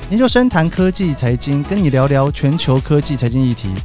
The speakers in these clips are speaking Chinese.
研究生谈科技财经，跟你聊聊全球科技财经议题。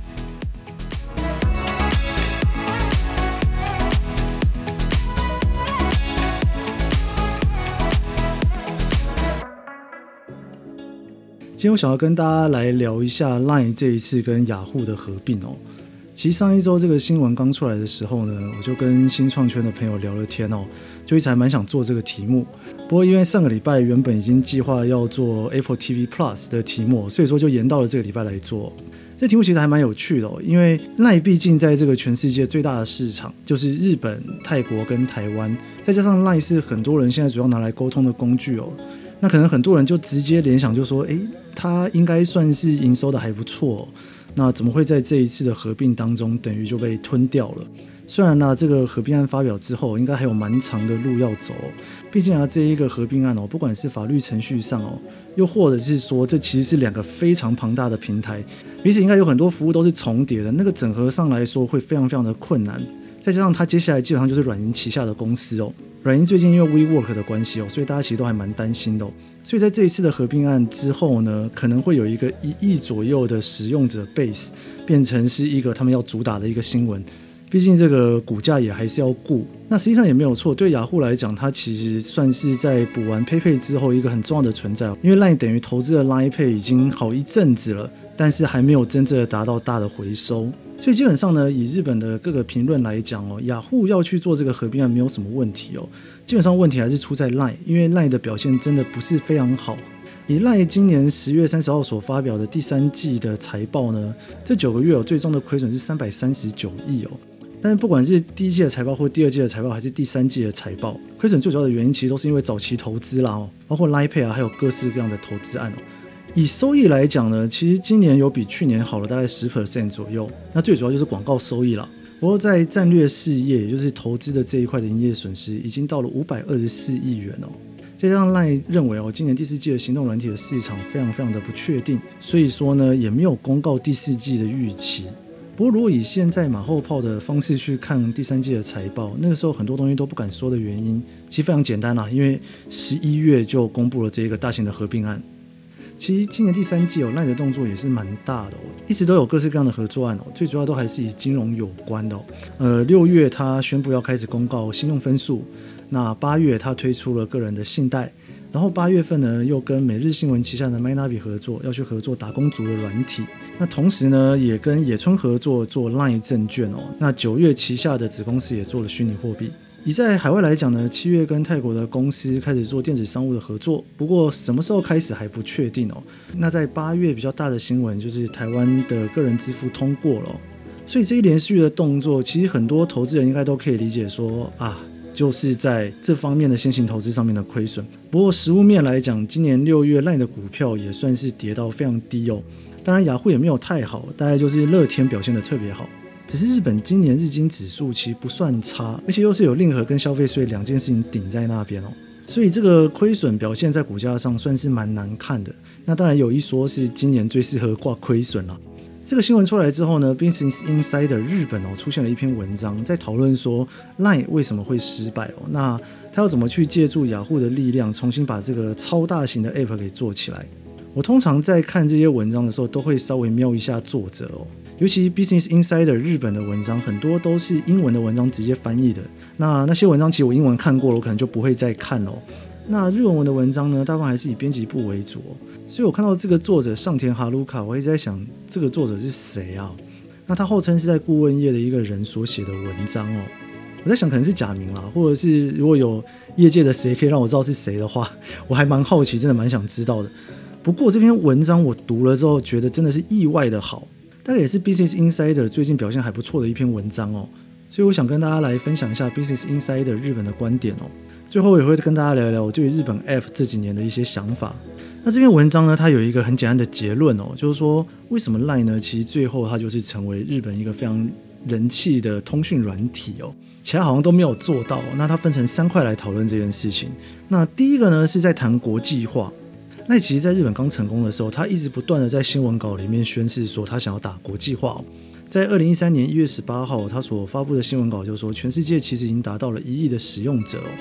今天我想要跟大家来聊一下 LINE 这一次跟雅虎的合并哦。其实上一周这个新闻刚出来的时候呢，我就跟新创圈的朋友聊了天哦，就一直还蛮想做这个题目。不过因为上个礼拜原本已经计划要做 Apple TV Plus 的题目，所以说就延到了这个礼拜来做。这题目其实还蛮有趣的哦，因为 LINE 毕竟在这个全世界最大的市场就是日本、泰国跟台湾，再加上 LINE 是很多人现在主要拿来沟通的工具哦。那可能很多人就直接联想就说，它应该算是营收的还不错哦，那怎么会在这一次的合并当中等于就被吞掉了？虽然这个合并案发表之后应该还有蛮长的路要走哦，毕竟这一个合并案不管是法律程序上又或者是说这其实是两个非常庞大的平台，彼此应该有很多服务都是重叠的，那个整合上来说会非常非常的困难。再加上它接下来基本上就是软银旗下的公司软银最近因为 WeWork 的关系所以大家其实都还蛮担心的所以在这一次的合并案之后呢，可能会有一个1亿左右的使用者 base 变成是一个他们要主打的一个新闻，毕竟这个股价也还是要顾。那实际上也没有错，对雅虎来讲，它其实算是在补完 PayPay 之后一个很重要的存在，因为 LINE 等于投资的 LINE Pay 已经好一阵子了，但是还没有真正的达到大的回收。所以基本上呢，以日本的各个评论来讲雅虎要去做这个合并案没有什么问题基本上问题还是出在 LINE， 因为 LINE 的表现真的不是非常好。以 LINE 今年10月30号所发表的第3季的财报呢，这9个月最终的亏损是339亿但是不管是第一季的财报或第二季的财报还是第3季的财报，亏损最主要的原因其实都是因为早期投资啦包括 LINE Pay 还有各式各样的投资案以收益来讲呢，其实今年有比去年好了大概 10% 左右，那最主要就是广告收益啦。不过在战略事业也就是投资的这一块的营业损失已经到了524亿元再加上 LINE 认为今年第4季的行动软体的市场非常非常的不确定，所以说呢也没有公告第4季的预期。不过如果以现在马后炮的方式去看第3季的财报，那个时候很多东西都不敢说的原因其实非常简单啦，因为11月就公布了这个大型的合并案。其实今年第3季LINE 的动作也是蛮大的一直都有各式各样的合作案最主要都还是以金融有关的6月他宣布要开始公告信用分数，那8月他推出了个人的信贷，然后8月份呢又跟每日新闻旗下的 MyNavi 合作，要去合作打工族的软体，那同时呢也跟野村合作做 LINE 证券那9月旗下的子公司也做了虚拟货币。以在海外来讲呢，7月跟泰国的公司开始做电子商务的合作，不过什么时候开始还不确定那在8月比较大的新闻就是台湾的个人支付通过了所以这一连续的动作，其实很多投资人应该都可以理解说就是在这方面的先行投资上面的亏损。不过实务面来讲，今年6月 LINE 的股票也算是跌到非常低当然雅虎也没有太好，大概就是乐天表现得特别好。只是日本今年日经指数其实不算差，而且又是有令和跟消费税两件事情顶在那边所以这个亏损表现在股价上算是蛮难看的。那当然有一说是今年最适合挂亏损啦。这个新闻出来之后呢 Business Insider 日本出现了一篇文章，在讨论说 LINE 为什么会失败那他要怎么去借助雅虎的力量重新把这个超大型的 App 给做起来。我通常在看这些文章的时候都会稍微瞄一下作者尤其 Business Insider 日本的文章很多都是英文的文章直接翻译的，那些文章其实我英文看过了，我可能就不会再看那日文的文章呢，大部分还是以编辑部为主所以我看到这个作者上田哈鲁卡，我一直在想这个作者是谁那他号称是在顾问业的一个人所写的文章我在想可能是假名啦，或者是如果有业界的谁可以让我知道是谁的话，我还蛮好奇，真的蛮想知道的。不过这篇文章我读了之后觉得真的是意外的好，大概也是 Business Insider 最近表现还不错的一篇文章所以我想跟大家来分享一下 Business Insider 日本的观点最后也会跟大家聊聊我对于日本 App 这几年的一些想法。那这篇文章呢，它有一个很简单的结论就是说为什么 LINE 呢其实最后它就是成为日本一个非常人气的通讯软体其他好像都没有做到那它分成3块来讨论这件事情。那第一个呢是在谈国际化。那其实在日本刚成功的时候，他一直不断的在新闻稿里面宣示说他想要打国际化在2013年1月18号他所发布的新闻稿就说全世界其实已经达到了1亿的使用者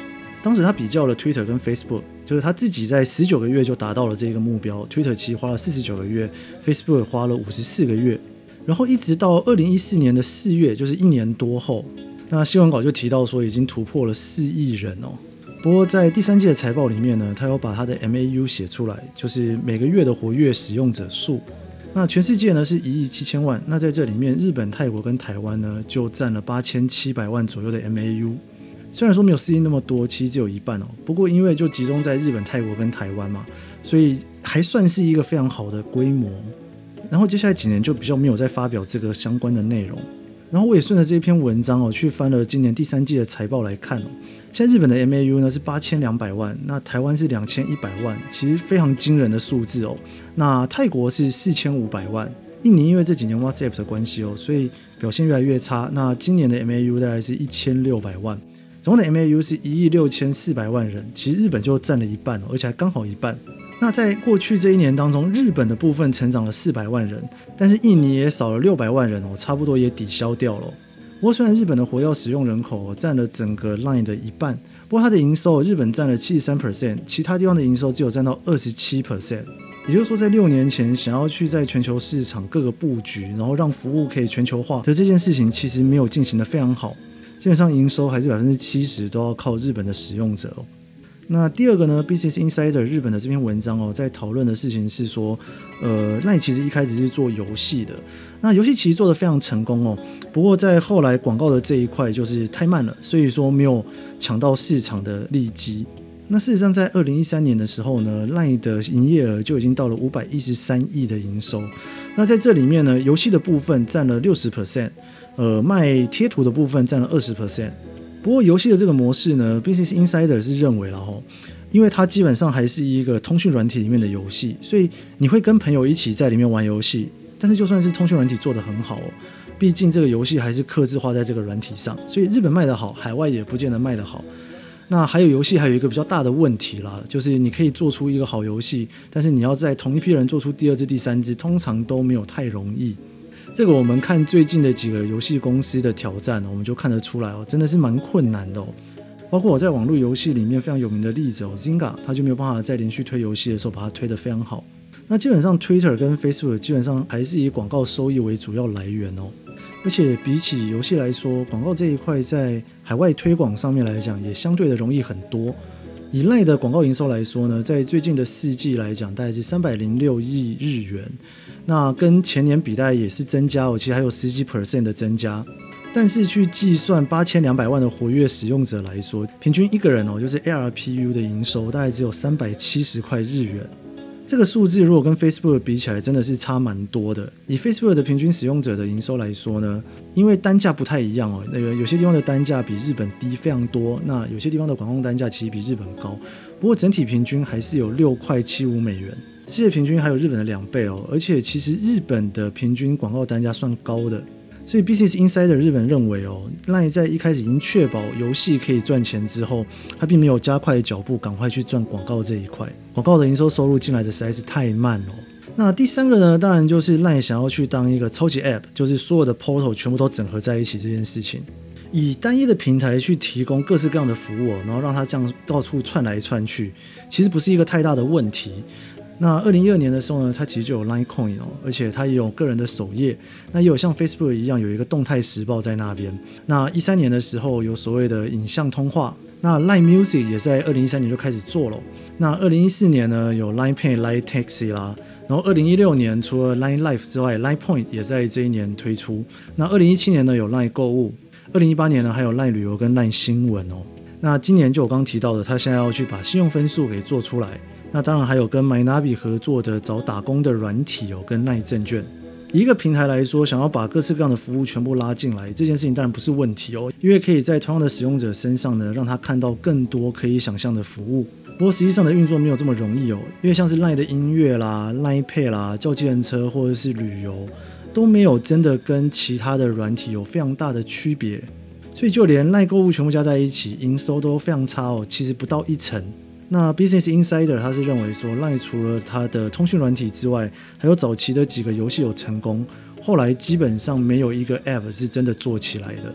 当时他比较了 Twitter 跟 Facebook， 就是他自己在19个月就达到了这个目标， Twitter 其实花了49个月， Facebook 花了54个月，然后一直到2014年的4月，就是1年多后，那新闻稿就提到说已经突破了4亿人哦。不过在第3季的财报里面呢，他有把他的 MAU 写出来，就是每个月的活跃使用者数。那全世界呢是1亿7千万，那在这里面日本、泰国跟台湾呢就占了8700万左右的 MAU。虽然说没有4亿那么多，其实只有一半哦。不过因为就集中在日本、泰国跟台湾嘛，所以还算是一个非常好的规模。然后接下来几年就比较没有再发表这个相关的内容。然后我也顺着这篇文章去翻了今年第3季的财报来看现在日本的 MAU 呢是8200万，那台湾是2100万，其实非常惊人的数字那泰国是4500万，印尼因为这几年 WhatsApp 的关系所以表现越来越差。那今年的 MAU 大概是1600万，总共的 MAU 是1亿6400万人，其实日本就占了一半而且还刚好一半。那在过去这1年当中，日本的部分成长了400万人，但是印尼也少了600万人差不多也抵消掉了。不过虽然日本的活跃使用人口占了整个 LINE 的一半，不过它的营收日本占了 73%， 其他地方的营收只有占到 27%。 也就是说在6年前想要去在全球市场各个布局，然后让服务可以全球化的这件事情其实没有进行得非常好，基本上营收还是 70% 都要靠日本的使用者那第二个呢 Business Insider 日本的这篇文章在讨论的事情是说LINE 其实一开始是做游戏的，那游戏其实做得非常成功不过在后来广告的这一块就是太慢了，所以说没有抢到市场的利基。那事实上在2013年的时候呢 LINE 的营业额就已经到了513亿的营收，那在这里面呢游戏的部分占了 60%， 卖贴图的部分占了 20%。不过游戏的这个模式呢 Business Insider 是认为因为它基本上还是一个通讯软体里面的游戏，所以你会跟朋友一起在里面玩游戏，但是就算是通讯软体做得很好毕竟这个游戏还是客制化在这个软体上，所以日本卖得好，海外也不见得卖得好。那还有游戏还有一个比较大的问题啦，就是你可以做出一个好游戏，但是你要在同一批人做出第2支、第3支，通常都没有太容易。这个我们看最近的几个游戏公司的挑战我们就看得出来真的是蛮困难的包括我在网络游戏里面非常有名的例子Zynga， 他就没有办法在连续推游戏的时候把它推得非常好。那基本上 Twitter 跟 Facebook 基本上还是以广告收益为主要来源而且比起游戏来说，广告这一块在海外推广上面来讲也相对的容易很多。以 LINE 的广告营收来说呢，在最近的4季来讲大概是306亿日元，那跟前年比大概也是增加其实还有10几%的增加。但是去计算8200万的活跃使用者来说，平均一个人就是 ARPU 的营收大概只有370块日元。这个数字如果跟 Facebook 比起来真的是差蛮多的。以 Facebook 的平均使用者的营收来说呢，因为单价不太一样有些地方的单价比日本低非常多，那有些地方的广告单价其实比日本高，不过整体平均还是有6块75美元，世界平均还有日本的2倍而且其实日本的平均广告单价算高的。所以 Business Insider 日本认为LINE 在一开始已经确保游戏可以赚钱之后，他并没有加快脚步赶快去赚广告这一块，广告的营收收入进来的实在是太慢了那第3个呢，当然就是 LINE 想要去当一个超级 App， 就是所有的 Portal 全部都整合在一起这件事情，以单一的平台去提供各式各样的服务然后让它这样到处窜来窜去，其实不是一个太大的问题。那2012年的时候呢，它其实就有 LINE Coin 而且它也有个人的首页，那也有像 Facebook 一样有一个动态时报在那边。那13年的时候有所谓的影像通话，那 LINE Music 也在2013年就开始做了。那2014年呢有 LINE Pay、LINE Taxi 啦，然后2016年除了 LINE Life 之外 LINE Point 也在这一年推出。那2017年呢有 LINE 购物，2018年呢还有 LINE 旅游跟 LINE 新闻那今年就我刚刚提到的，他现在要去把信用分数给做出来。那当然还有跟 MyNavi 合作的找打工的软体跟 LINE 证券。以一个平台来说，想要把各式各样的服务全部拉进来，这件事情当然不是问题因为可以在同样的使用者身上呢，让他看到更多可以想象的服务。不过实际上的运作没有这么容易因为像是 LINE 的音乐啦、LINE Pay 啦、叫计程车或者是旅游，都没有真的跟其他的软体有非常大的区别，所以就连 LINE 购物全部加在一起，营收都非常差其实不到1%。那 Business Insider 他是认为说 LINE 除了它的通讯软体之外，还有早期的几个游戏有成功，后来基本上没有一个 App 是真的做起来的。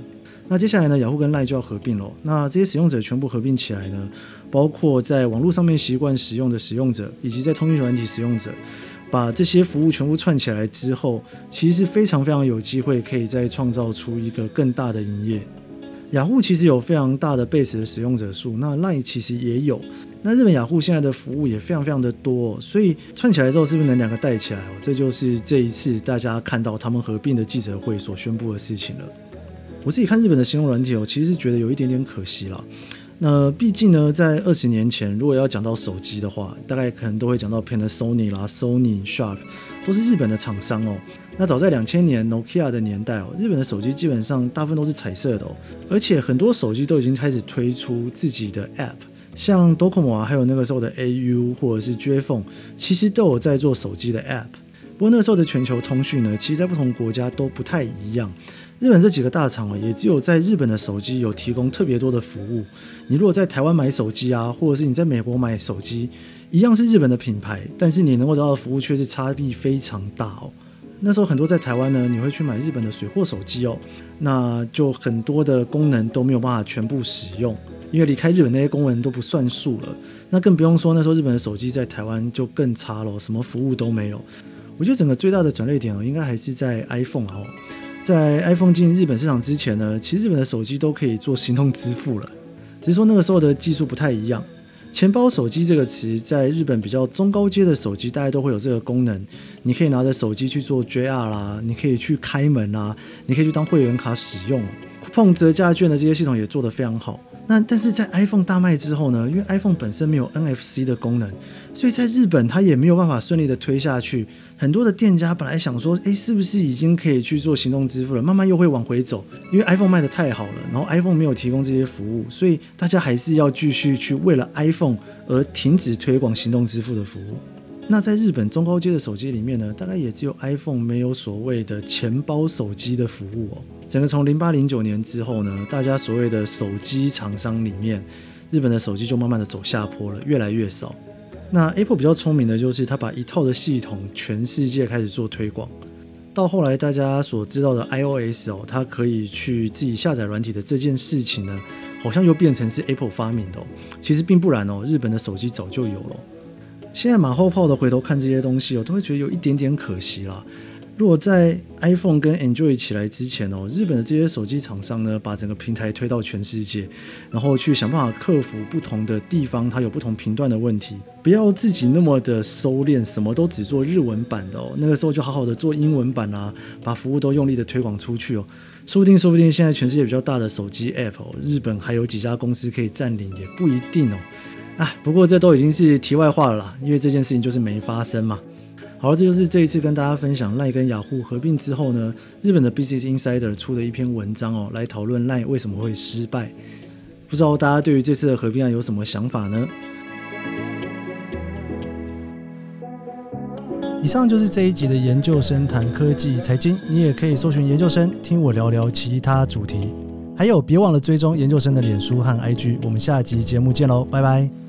那接下来呢，雅虎跟 LINE 就要合并了。那这些使用者全部合并起来呢，包括在网络上面习惯使用的使用者，以及在通讯软体使用者，把这些服务全部串起来之后，其实是非常非常有机会可以再创造出一个更大的营业。雅虎其实有非常大的 base 的使用者数，那 LINE 其实也有。那日本雅虎现在的服务也非常非常的多，所以串起来之后是不是能两个带起来？这就是这一次大家看到他们合并的记者会所宣布的事情了。我自己看日本的行动软体其实是觉得有一点点可惜啦。那毕竟呢，在20年前，如果要讲到手机的话，大概可能都会讲到 Panasonic 啦、Sony、Sharp 都是日本的厂商哦。那早在2000年 Nokia 的年代日本的手机基本上大部分都是彩色的而且很多手机都已经开始推出自己的 App， 像 Docomo 还有那个时候的 AU 或者是 JFone 其实都有在做手机的 App。不过那个时候的全球通讯呢，其实在不同国家都不太一样。日本这几个大厂也只有在日本的手机有提供特别多的服务。你如果在台湾买手机或者是你在美国买手机，一样是日本的品牌，但是你能够得到的服务却是差异非常大那时候很多在台湾呢，你会去买日本的水货手机那就很多的功能都没有办法全部使用，因为离开日本那些功能都不算数了。那更不用说那时候日本的手机在台湾就更差了，什么服务都没有。我觉得整个最大的转捩点应该还是在 iPhone 在 iPhone 进日本市场之前呢，其实日本的手机都可以做行动支付了，只是说那个时候的技术不太一样。钱包手机这个词在日本比较中高阶的手机大概都会有这个功能，你可以拿着手机去做 JR 啦，你可以去开门啦，你可以去当会员卡使用，Coupon折价券的这些系统也做得非常好。但是在 iPhone 大卖之后呢，因为 iPhone 本身没有 NFC 的功能，所以在日本它也没有办法顺利的推下去。很多的店家本来想说是不是已经可以去做行动支付了，慢慢又会往回走，因为 iPhone 卖得太好了，然后 iPhone 没有提供这些服务，所以大家还是要继续去为了 iPhone 而停止推广行动支付的服务。那在日本中高阶的手机里面呢，大概也只有 iPhone 没有所谓的钱包手机的服务整个从08、09年之后呢，大家所谓的手机厂商里面，日本的手机就慢慢的走下坡了，越来越少。那 Apple 比较聪明的就是它把一套的系统全世界开始做推广，到后来大家所知道的 iOS 它可以去自己下载软体的这件事情呢，好像又变成是 Apple 发明的其实并不然日本的手机早就有了。现在马后炮的回头看这些东西都会觉得有一点点可惜啦。如果在 iPhone 跟 Android 起来之前日本的这些手机厂商呢，把整个平台推到全世界，然后去想办法克服不同的地方它有不同频段的问题，不要自己那么的收敛，什么都只做日文版的那个时候就好好的做英文版把服务都用力的推广出去说不定现在全世界比较大的手机 App日本还有几家公司可以占领，也不一定不过这都已经是题外话了啦，因为这件事情就是没发生嘛。好了，这就是这一次跟大家分享 LINE 跟雅虎合并之后呢，日本的 Business Insider 出的一篇文章来讨论 LINE 为什么会失败。不知道大家对于这次的合并案有什么想法呢？以上就是这一集的研究生谈科技财经，你也可以搜寻研究生听我聊聊其他主题，还有别忘了追踪研究生的脸书和 IG。我们下集节目见咯，拜拜。